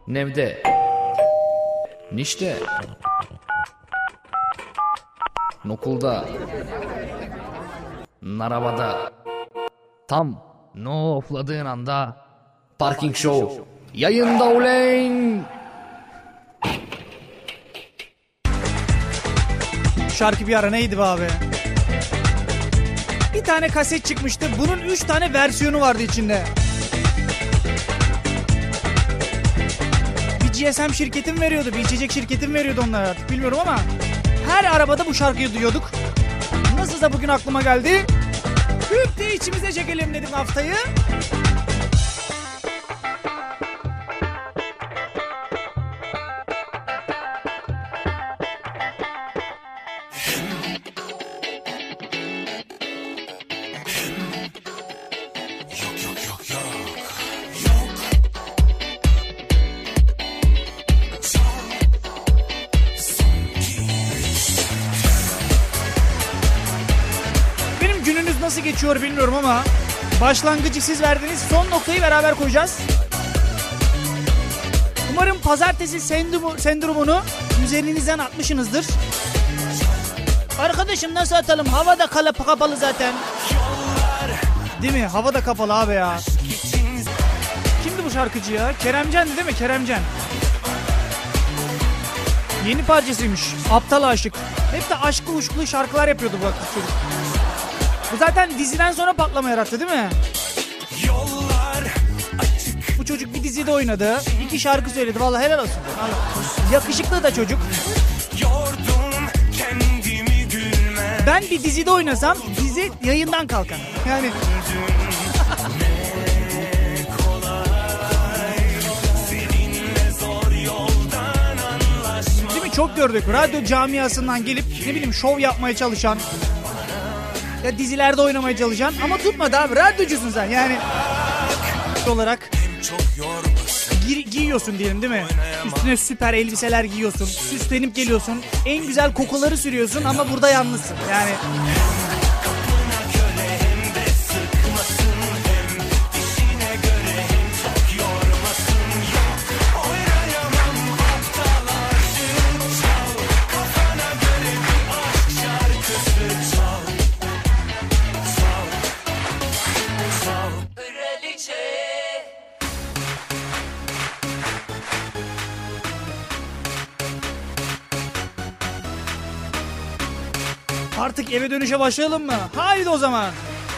Nevde, Nişte, Nokulda, Narabada, tam no ofladığın anda Parking Show yayında uleyn. Şarkı bir ara neydi be abi? Bir tane kaset çıkmıştı. Bunun 3 tane versiyonu vardı içinde. Bir GSM şirketim veriyordu, bir içecek şirketim veriyordu onlara, artık bilmiyorum ama her arabada bu şarkıyı duyuyorduk. Nasılsa bugün aklıma geldi. Hüp de içimize çekelim dedim haftayı. Nasıl geçiyor bilmiyorum ama başlangıcı siz verdiniz, son noktayı beraber koyacağız. Umarım pazartesi sendromunu üzerinizden atmışsınızdır. Arkadaşım nasıl atalım? Havada kapalı zaten. Değil mi? Havada kapalı abi ya. Kimdi bu şarkıcı ya? Keremcan'dı değil mi? Keremcan. Yeni parçasıymış. Aptal Aşık. Hep de aşklı uçkulu şarkılar yapıyordu bu çocuk. Bu zaten diziden sonra patlama yarattı değil mi? Bu çocuk bir dizide oynadı. 2 şarkı söyledi. Vallahi helal olsun. Yakışıklı da çocuk. Ben bir dizide oynasam dizi yayından kalkar. Yani... Değil mi? Çok gördük. Radyo camiasından gelip ne bileyim şov yapmaya çalışan... Ya dizilerde oynamaya çalışacaksın ama tutmadı abi, radyocusun sen yani olarak giyiyorsun diyelim değil mi? Üstüne süper elbiseler giyiyorsun, süslenip geliyorsun, en güzel kokuları sürüyorsun ama burada yalnızsın yani. Artık eve dönüşe başlayalım mı? Haydi o zaman.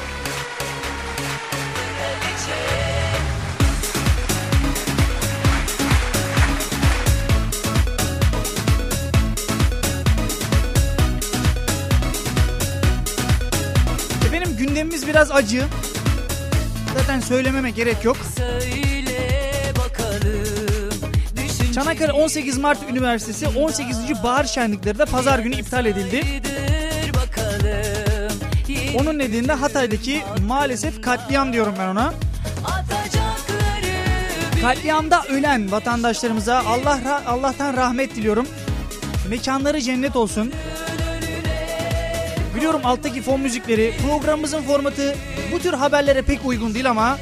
Efendim gündemimiz biraz acı. Zaten söylememe gerek yok. Çanakkale 18 Mart Üniversitesi 18. Bahar Şenlikleri de pazar günü iptal edildi. Onun nedeniyle Hatay'daki maalesef katliam diyorum ben ona. Katliamda ölen vatandaşlarımıza Allah'tan rahmet diliyorum. Mekanları cennet olsun. Biliyorum alttaki fon müzikleri, programımızın formatı bu tür haberlere pek uygun değil ama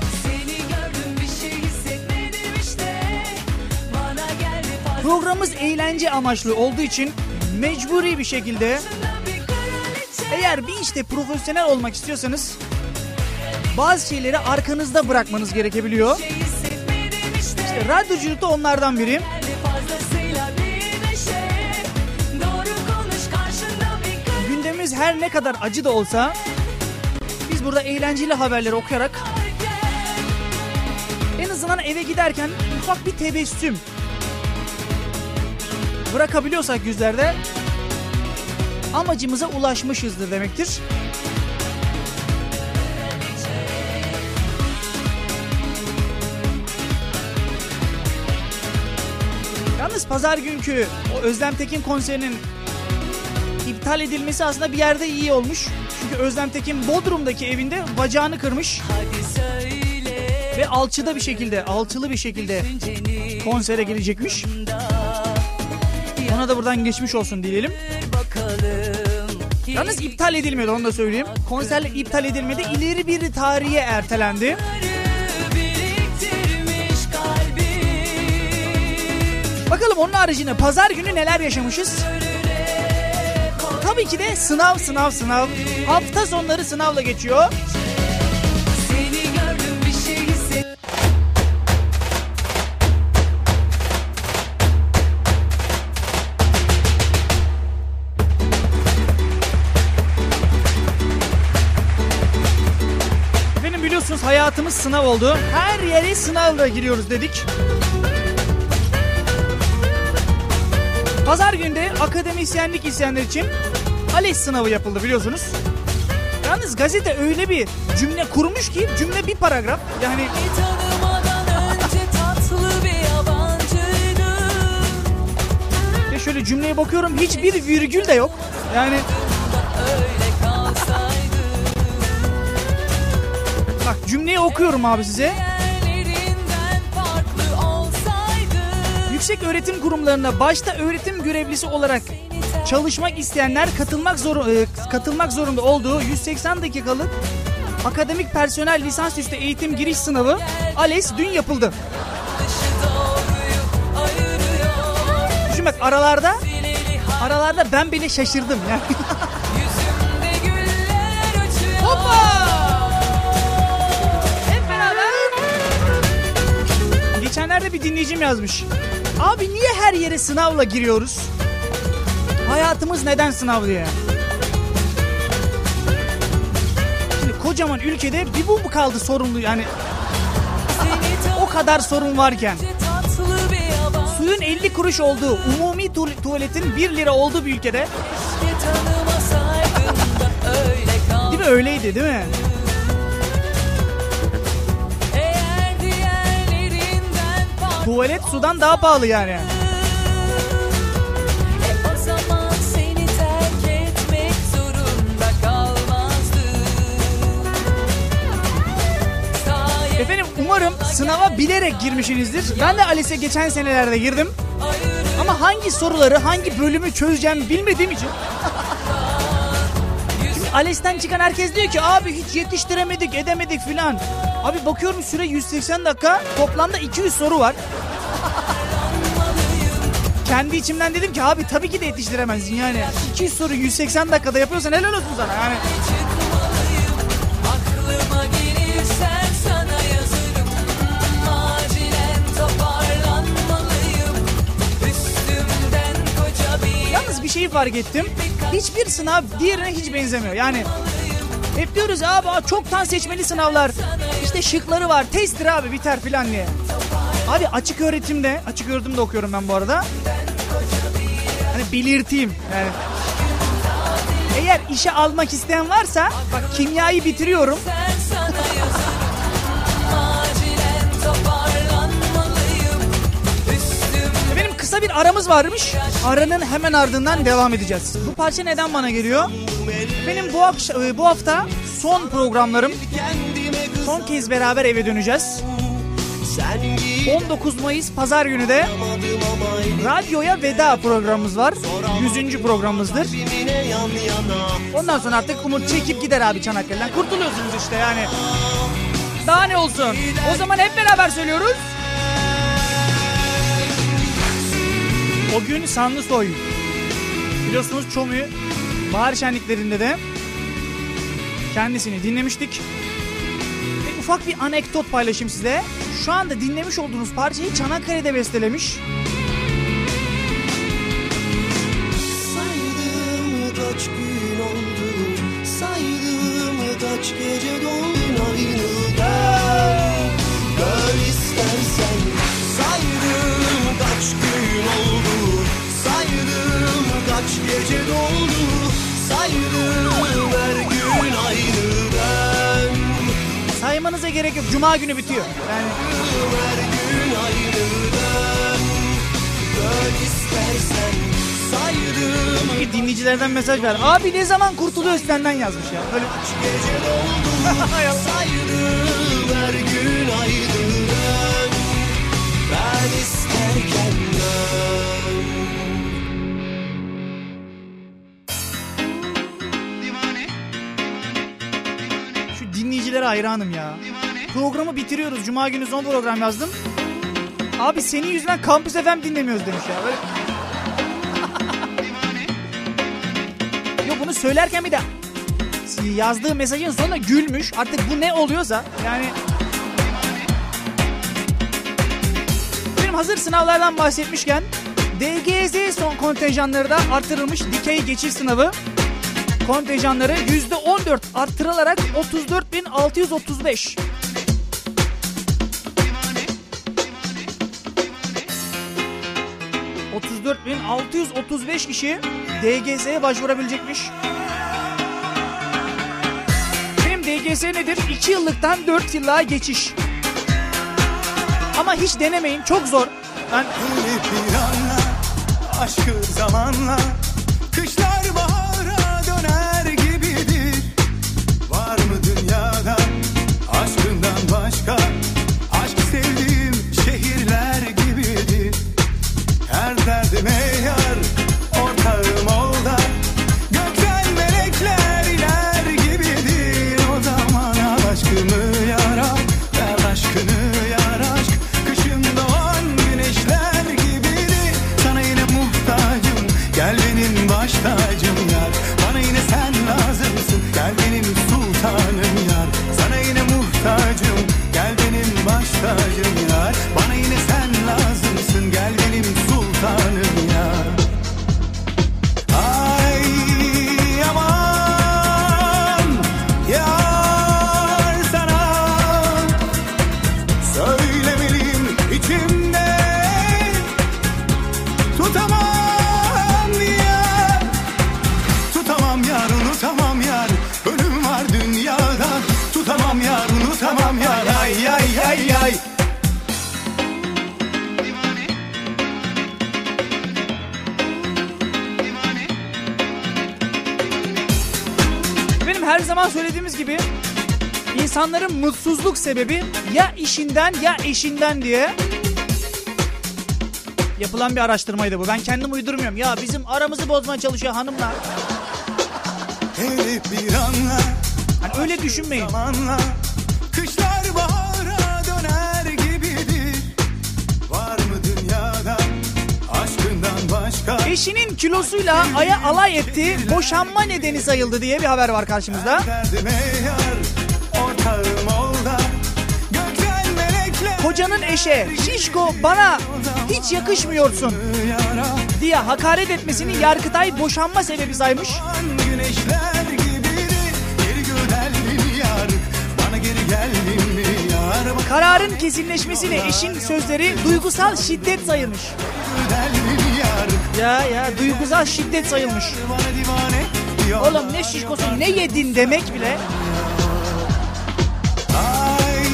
programımız eğlence amaçlı olduğu için mecburi bir şekilde eğer bir işte profesyonel olmak istiyorsanız bazı şeyleri arkanızda bırakmanız gerekebiliyor. İşte radyoculuk da onlardan biri. Gündemimiz her ne kadar acı da olsa biz burada eğlenceli haberleri okuyarak en azından eve giderken ufak bir tebessüm bırakabiliyorsak yüzlerde amacımıza ulaşmışızdır demektir. Yalnız pazar günkü o Özlem Tekin konserinin iptal edilmesi aslında bir yerde iyi olmuş. Çünkü Özlem Tekin Bodrum'daki evinde bacağını kırmış. Ve alçılı bir şekilde konsere gelecekmiş. Ona da buradan geçmiş olsun diyelim. Yalnız iptal edilmedi, onu da söyleyeyim. Konserler iptal edilmedi, ileri bir tarihe ertelendi. onun haricinde pazar günü neler yaşamışız? Tabii ki de sınav. Hafta sonları sınavla geçiyor. Efendim biliyorsunuz hayatımız sınav oldu. Her yere sınavla giriyoruz dedik. Pazar günü de akademisyenlik isteyenler için ALES sınavı yapıldı biliyorsunuz. Yalnız gazete öyle bir cümle kurmuş ki cümle bir paragraf. Yani ve şöyle cümleye bakıyorum hiçbir virgül de yok. Yani bak cümleyi okuyorum abi size. Yüksek öğretim kurumlarına başta öğretim görevlisi olarak çalışmak isteyenler katılmak zorunda olduğu 180 dakikalık akademik personel lisansüstü eğitim giriş sınavı ALES dün yapıldı. Düşün bak aralarda ben bile şaşırdım yani. Hoppa! Hep beraber. Geçenlerde bir dinleyicim yazmış. Abi niye her yere sınavla giriyoruz? Hayatımız neden sınav diye. Şimdi kocaman ülkede bir bu mu kaldı sorumlu yani. O kadar sorun varken. Suyun 50 kuruş olduğu, umumi tuvaletin 1 lira olduğu bir ülkede. Değil mi? Öyleydi değil mi? Tuvalet sudan daha pahalı yani. Efendim umarım sınava bilerek girmişsinizdir. Ben de ALES'e geçen senelerde girdim. Ama hangi soruları, hangi bölümü çözeceğimi bilmediğim için. Şimdi ALES'ten çıkan herkes diyor ki abi hiç yetiştiremedik, edemedik filan. Abi bakıyorum süre 180 dakika, toplamda 200 soru var. Kendi içimden dedim ki abi tabii ki de yetiştiremezsin yani. 200 soru 180 dakikada yapıyorsan helal olsun sana yani. Yalnız bir şeyi fark ettim. Hiçbir sınav diğerine hiç benzemiyor. Yani hep diyoruz abi çoktan seçmeli sınavlar. İşte şıkları var. Testtir abi biter filan diye. Abi açık öğretimde okuyorum ben bu arada. Hani belirteyim yani. Eğer işe almak isteyen varsa bak kimyayı bitiriyorum. Benim kısa bir aramız varmış. Aranın hemen ardından devam edeceğiz. Bu parça neden bana geliyor? Benim bu hafta son programlarım. Son kez beraber eve döneceğiz. 19 Mayıs Pazar günü de radyoya veda programımız var. 100. programımızdır. Ondan sonra artık Umut çekip gider abi Çanakkale'den. Kurtuluyorsunuz işte yani. Daha ne olsun? O zaman hep beraber söylüyoruz. O gün Sanlısoy. Biliyorsunuz Çomi bahar şenliklerinde de kendisini dinlemiştik. Ve ufak bir anekdot paylaşayım size. Şu anda dinlemiş olduğunuz parçayı Çanakkale'de bestelemiş. Saydım kaç gün oldu, saydım kaç gece doldu aynıdan. Gör istersen, saydım kaç gün oldu, saydım kaç gece doldu, saydım her gün aynıdan. Saymanıza gerek yok. Cuma günü bitiyor. Yani Her gün aynıdan. Dön istersen saydım. bir dinleyicilerden mesaj ver. Abi ne zaman kurtuluyor senden yazmış ya. Böyle Gece doldu saydım her gün aynıdan. Ben isterken dön. şu dinleyicilere hayranım ya. Programı bitiriyoruz. Cuma günü son program yazdım. Abi senin yüzünden Kampüs FM dinlemiyoruz demiş ya. Böyle... Yok bunu söylerken bir de yazdığı mesajın sonunda gülmüş. Artık bu ne oluyorsa yani... Benim hazır sınavlardan bahsetmişken DGS son kontenjanları da artırılmış. Dikey geçiş sınavı kontenjanları %14 artırılarak 34.635. ...34.635 kişi DGS'ye başvurabilecekmiş. Benim DGS nedir? 2 yıllıktan 4 yıllığa geçiş. Ama hiç denemeyin, çok zor. Ben... Bir anla, aşkı zamanla, kışlar bahara döner gibidir. Var mı dünyada aşkından başka? Aşk sevdiğim şehirler gibidir. Her derdime yar, ortağım ol da, gökten melekler iner gibidir. O zaman al aşkımı yara, ver aşkını yar aşk. Kışın doğan güneşler gibidir. Sana yine muhtacım, gel benim baş tacım yar. Bana yine sen lazımsın, gel benim sultanım yar. Sana yine muhtacım, gel benim baş tacım yar. Bana yine sen lazımsın, gel benim sultanım yar. Ay aman yar, sana söylemeliyim içimde, tutamam yar. Tutamam yar, unutamam yar, ölüm var dünyada. Tutamam yar, unutamam yar, ay ay ay ay. Benim her zaman söylediğimiz gibi insanların mutsuzluk sebebi ya işinden ya eşinden diye yapılan bir araştırmaydı bu. Ben kendim uydurmuyorum. Ya bizim aramızı bozmaya çalışıyor hanımlar. Hep bir anla, Hani öyle düşünmeyin. zamanla, kışlar bahara döner gibidir. Var mı dünyada aşkından başka? Eşinin kilosuyla aya alay ettiği boşanma nedeni sayıldı diye bir haber var karşımızda. Derdime yar, ortağım ol da, gökten melekler Kocanın eşe "Şişko bana hiç yakışmıyorsun" yara. diye hakaret etmesini Yargıtay boşanma sebebi saymış. Güneşler gibidir, geri gönderdin yar. Bana geri geldin mi yar? Kararın kesinleşmesiyle eşin sözleri duygusal şiddet sayılmış. Gönderdin yar. Ya duygusal şiddet sayılmış. Bana divane diyor. Oğlum ne şişkosu ne yedin demek bile. Ay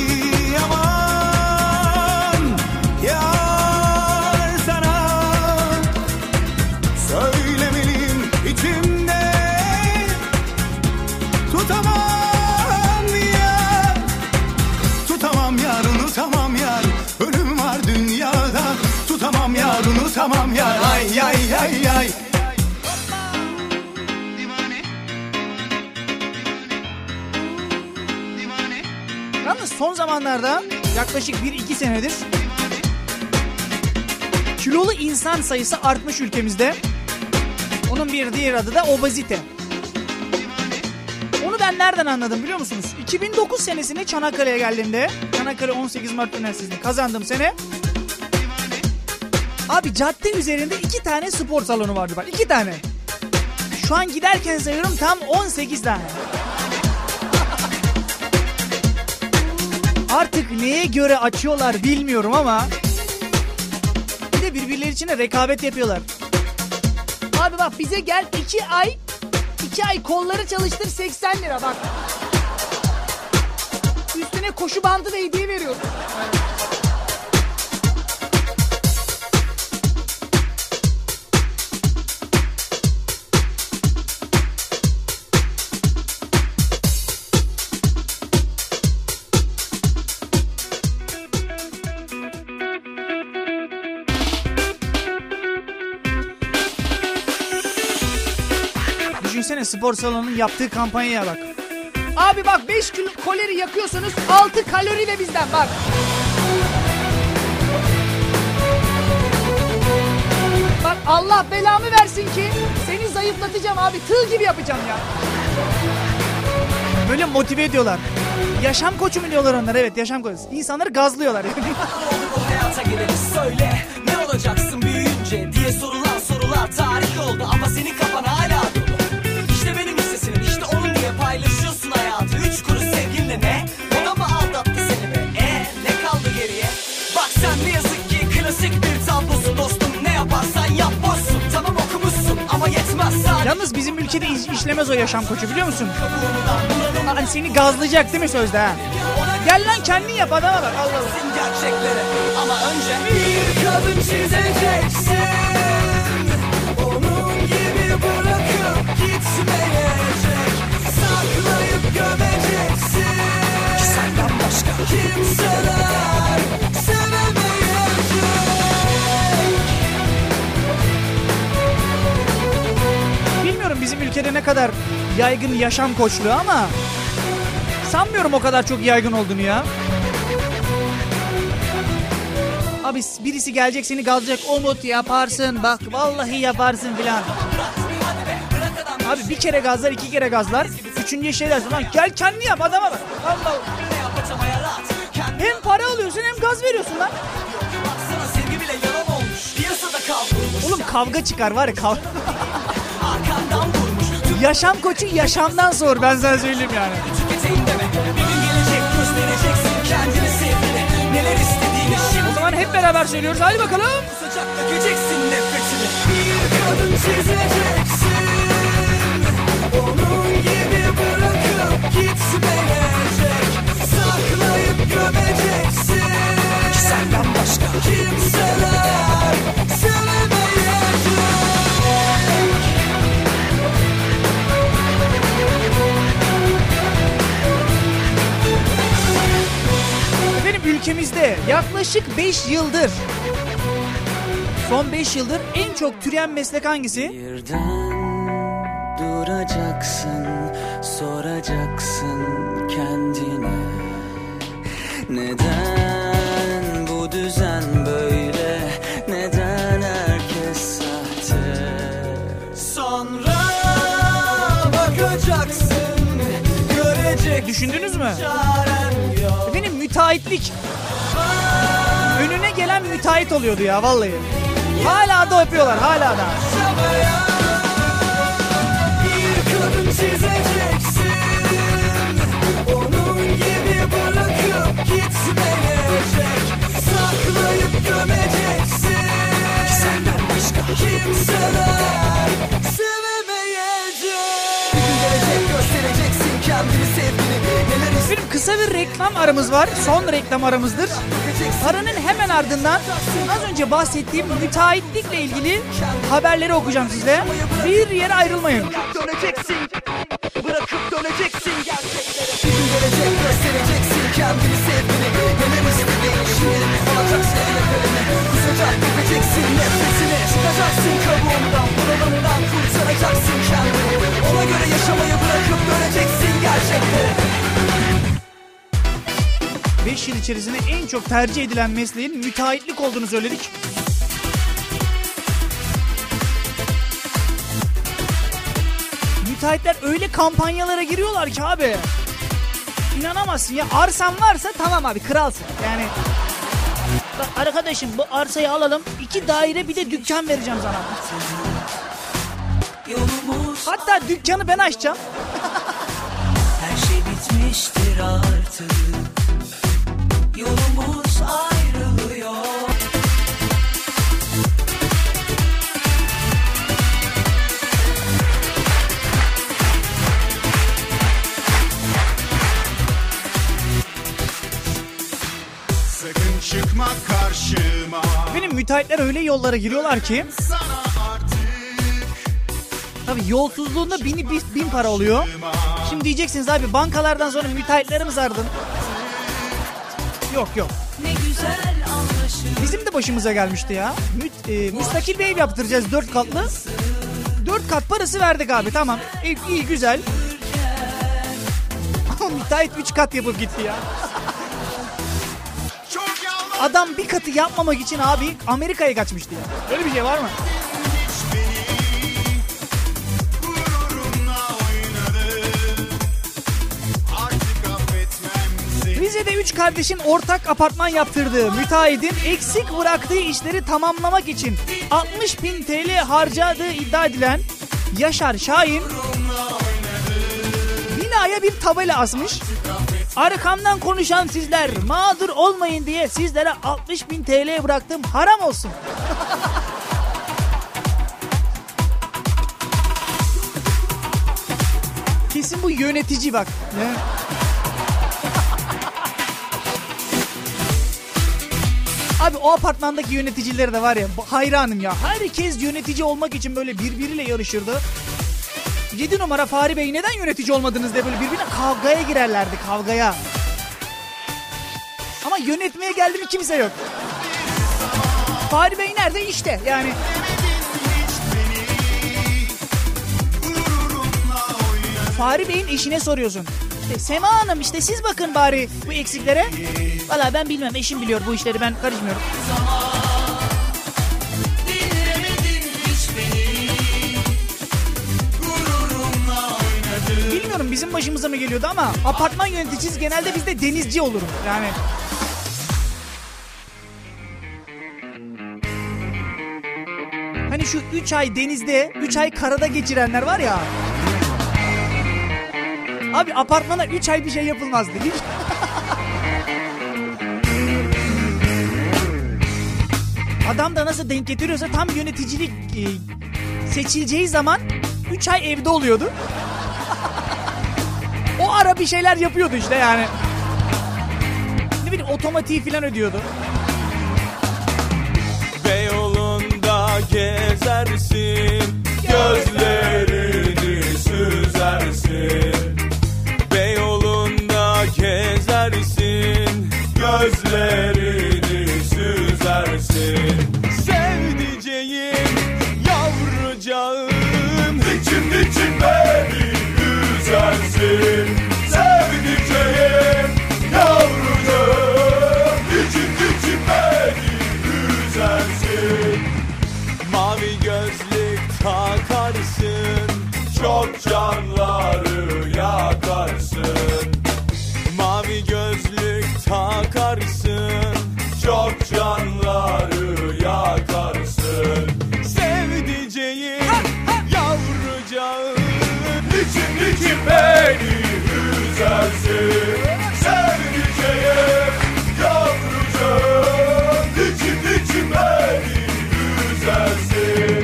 aman yar, sana söylemeliyim içimde, tutamam yar. Tutamam yar, unutamam yar, ölüm var dünyada. Tutamam yar, unutamam yar, ay ay ay ay. Yalnız son zamanlarda yaklaşık 1-2 senedir kilolu insan sayısı artmış ülkemizde. Onun bir diğer adı da obezite. Onu ben nereden anladım biliyor musunuz? 2009 senesinde Çanakkale'ye geldiğimde, Çanakkale 18 Mart Üniversitesi'ni kazandığım sene, abi cadde üzerinde 2 tane spor salonu vardı bak, 2 tane. Şu an giderken sayıyorum tam 18 tane. Artık neye göre açıyorlar bilmiyorum ama bir de birbirleri içine rekabet yapıyorlar. Abi bak bize gel 2 ay kolları çalıştır 80 lira bak. Üstüne koşu bandı da hediye veriyor. Düşünsene spor salonunun yaptığı kampanyaya bak. Abi bak 5 kalori yakıyorsunuz, 6 kalori de bizden bak. zayıflatacağım abi. Tığ gibi yapacağım ya. Böyle motive ediyorlar. Yaşam koçu mu diyorlar onlar? Evet, yaşam koçu. İnsanları gazlıyorlar yani. Bu hayata geleni söyle, ne olacaksın büyüyünce diye sorular tarih oldu ama senin kafan hala dolu. İşte benim hissesinin, işte onun diye paylaşıyorsun hayatı. 3 kuruş sevginle ne? O da mı aldattı seni be? Ne kaldı geriye? Bak sen ne yazık ki klasik bir tablosun dostum. Ne yaparsan yap boşsun. Tamam okumuşsun ama yetmez sadece. Yalnız bizim ülkede işlemez o yaşam koçu, biliyor musun? Hani seni gazlayacak değil mi sözde ha? Gel lan kendin yap, adama bak. Allah Allah. Gerçekleri ama önce bir kadın çizeceksin. Onun gibi bırakıp gitmeyecek. Saklayıp gömeceksin. Senden başka kimseler sevemeyecek. Bilmiyorum bizim ülkede ne kadar yaygın yaşam koçluğu ama sanmıyorum o kadar çok yaygın olduğunu ya. Abi birisi gelecek seni gazlayacak. Umut yaparsın bak vallahi yaparsın filan. Abi bir kere gazlar, 2 kere gazlar. 3. şey dersin lan gel kendini yap, adama bak. Allah Allah. Hem para alıyorsun hem gaz veriyorsun lan. Oğlum kavga çıkar var ya kavga. Yaşam koçu yaşamdan sor, ben sana söyleyeyim yani. O zaman hep beraber söylüyoruz, hadi bakalım. Bir kadın çizeceksin. Onun gibi bırakıp gitmeyecek. Saklayıp gömeceksin. Senden başka kimseler sevemeyecek. Benim ülkemizde yaklaşık 5 yıldır, son 5 yıldır en çok türeyen meslek hangisi? Birden duracaksın, soracaksın kendine. Neden bu düzen böyle? Neden herkes sahte? Sonra bakacaksın, görecek. Düşündünüz mü? Çaren yok. Benim müteahhitlik. Önüne gelen müteahhit oluyordu ya vallahi. Hala da yapıyorlar, hala da. Bir kadın çizeceksin. Onun gibi bırakıp gitmeyecek. Saklayıp gömeceksin. Senden başka kimseler sevemeyecek. Bir gün gelecek göstereceksin kendini sevgini. Neler istiyorsun? Benim kısa bir reklam aramız var. Son reklam aramızdır. Aranın hemen ardından az önce bahsettiğim müteahhitlikle ilgili haberleri okuyacağım size. Bir yere ayrılmayın. Döneceksin, bırakıp döneceksin gerçeklere. Bir gün gelecek göstereceksin kendini sevgini. Neler istediğin şimdi alacaksın eline kalemi. Kusacak dökeceksin nefesini. Çıkacaksın kabuğundan, bunalımdan kurtaracaksın kendini. Ona göre yaşamayı bırakıp döneceksin gerçeklere. 5 yıl içerisinde en çok tercih edilen mesleğin müteahhitlik olduğunu söyledik. Müteahhitler öyle kampanyalara giriyorlar ki abi. İnanamazsın ya, arsan varsa tamam abi, kralsın. Yani bak arkadaşım bu arsayı alalım, 2 daire bir de dükkan vereceğim sana. Hatta dükkanı ben açacağım. Her şey bitmiştir artık. Yolumuz ayrılıyor. Sakın çıkma karşıma. Benim müteahhitler öyle yollara giriyorlar ki Sana artık tabii yolsuzluğunda bin para oluyor. Şimdi diyeceksiniz abi bankalardan sonra müteahhitlerimiz ardın. Yok. Ne güzel anlaşılır. Bizim de başımıza gelmişti ya. Müstakil bir ev yaptıracağız 4 katlı. 4 kat parası verdik abi, tamam. Ev iyi güzel. Ama müteahhit 3 kat yapıp gitti ya. çok yalnız Adam bir katı yapmamak için abi Amerika'ya kaçmıştı ya. Öyle bir şey var mı? Rize'de 3 kardeşin ortak apartman yaptırdığı müteahhitin eksik bıraktığı işleri tamamlamak için 60.000 TL harcadığı iddia edilen Yaşar Şahin binaya bir tabela asmış. Arkamdan konuşan sizler mağdur olmayın diye sizlere 60.000 TL bıraktım, haram olsun. Kesin bu yönetici bak. Abi o apartmandaki yöneticileri de var ya, hayranım ya. Herkes yönetici olmak için böyle birbiriyle yarışırdı. 7 numara Fahri Bey neden yönetici olmadınız diye böyle birbirine kavgaya girerlerdi, kavgaya. Ama yönetmeye geldi mi kimse yok. Fahri Bey nerede? İşte yani. Fahri Bey'in eşine soruyorsun. İşte Sema Hanım, işte siz bakın bari bu eksiklere. Valla ben bilmem, eşim biliyor bu işleri, ben karışmıyorum. Bilmiyorum bizim başımıza mı geliyordu ama apartman yöneticisi genelde bizde denizci olurum yani. Hani şu 3 ay denizde, 3 ay karada geçirenler var ya. Abi apartmana 3 ay bir şey yapılmazdı. Hiç. Adam da nasıl denk getiriyorsa tam yöneticilik seçileceği zaman 3 ay evde oluyordu. O ara bir şeyler yapıyordu işte yani. Ne bileyim otomatiği falan ödüyordu. Beyoğlu'nda gezersin, gözlerini süzersin. Beyoğlu'nda gezersin, gözlerini süzersin. Sevdiceğim, yavrucağım, için beni üzersin. Sevdiceğim, yavrucağım, için beni üzersin. Mavi gözlük takarsın, çok canları yakarsın. Mavi gözlük takarsın, çok canları yakarsın. Sevdiceğim, yavrucağım, için beni üzersin. Sevdiceğim, yavrucağım, için beni üzersin.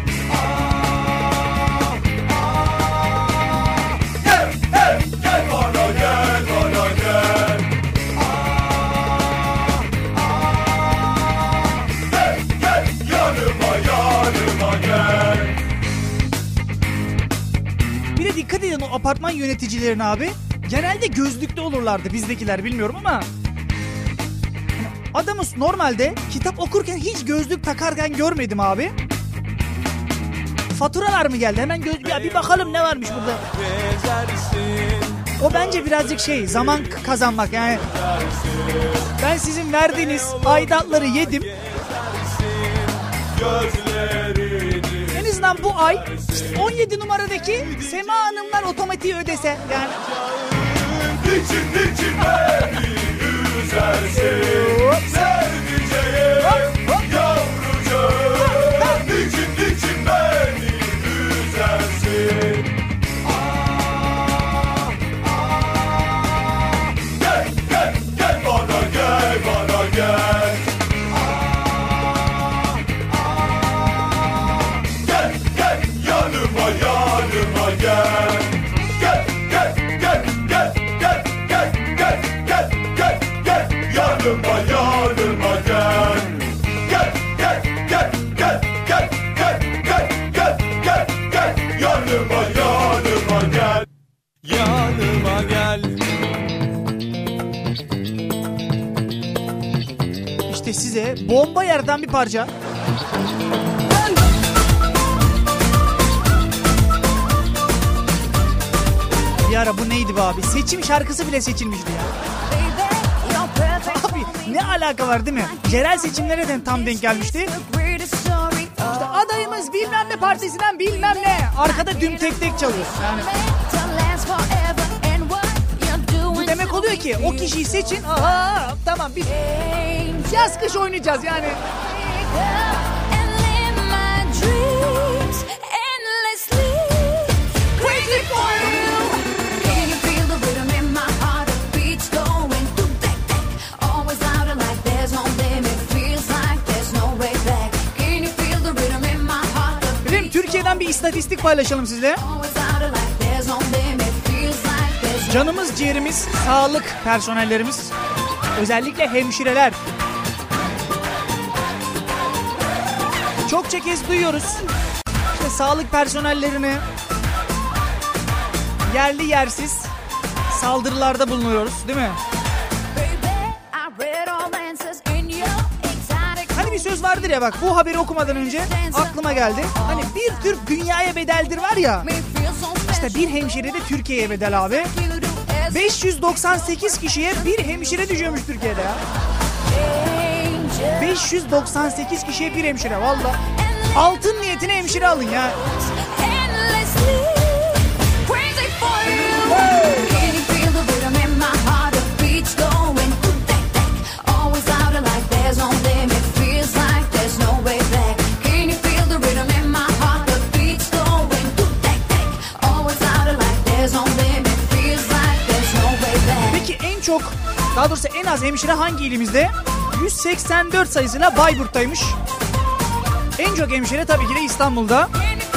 Gel bana gel. Gel yanıma gel. Bir de dikkat edin o apartman yöneticilerine abi. Genelde gözlüklü olurlardı bizdekiler, bilmiyorum ama. Adamı normalde kitap okurken hiç gözlük takarken görmedim abi. Faturalar mı geldi? Hemen bir bakalım ne varmış burada. O bence birazcık zaman kazanmak yani. Ben sizin verdiğiniz aidatları yedim. En azından bu ay işte 17 numaradaki Sema Hanımlar otomatiği ödese yani. İçin beni üzersin. Sevdiceğim, yavrucağım, için beni üzersin. Gel bana gel. Gel yanıma gel. Gel yanıma gel. Gel yanıma gel. Yanıma gel. İşte size bomba yerden bir parça. Bir ara bu neydi be abi? Seçim şarkısı bile seçilmişti ya. Abi ne alaka var değil mi? Yerel seçimlere de tam denk gelmişti. İşte adayımız bilmem ne partisinden bilmem ne. Arkada düm tek çalıyor. Yani. Bu demek oluyor ki o kişiyi seçin. Aha tamam biz yaz kış oynayacağız yani. Türkiye'den bir istatistik paylaşalım sizle. Canımız ciğerimiz, sağlık personellerimiz, özellikle hemşireler. Çokça kez duyuyoruz. İşte sağlık personellerini yerli yersiz saldırılarda bulunuyoruz, değil mi? Hani bir söz vardır ya, bak bu haberi okumadan önce aklıma geldi. Hani bir Türk dünyaya bedeldir var ya. İşte bir hemşire de Türkiye'ye bedel abi. 598 kişiye bir hemşire düşüyormuş Türkiye'de ya. 598 kişiye bir hemşire valla. Altın niyetine hemşire alın ya. Daha doğrusu en az hemşire hangi ilimizde? 184 sayısıyla Bayburt'taymış. En çok hemşire tabii ki de İstanbul'da.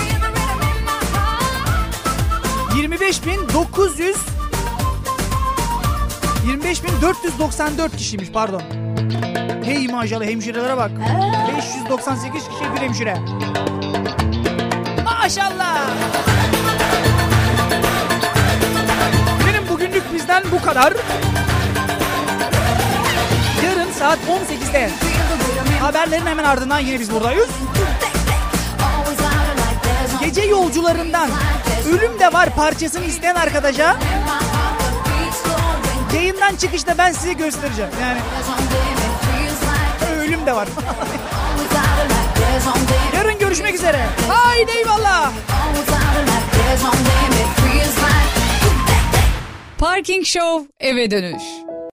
25.494 kişiymiş pardon. Hey maşallah hemşirelere bak. 598 kişi bir hemşire. Maşallah. Benim bugünlük bizden bu kadar. Yarın saat 18'de haberlerin hemen ardından yine biz buradayız. Gece yolcularından Ölüm de Var parçasını isteyen arkadaşa yayından çıkışta ben size göstereceğim. Yani ölüm de var. Yarın görüşmek üzere. Haydi eyvallah. Parking Show eve dönüş.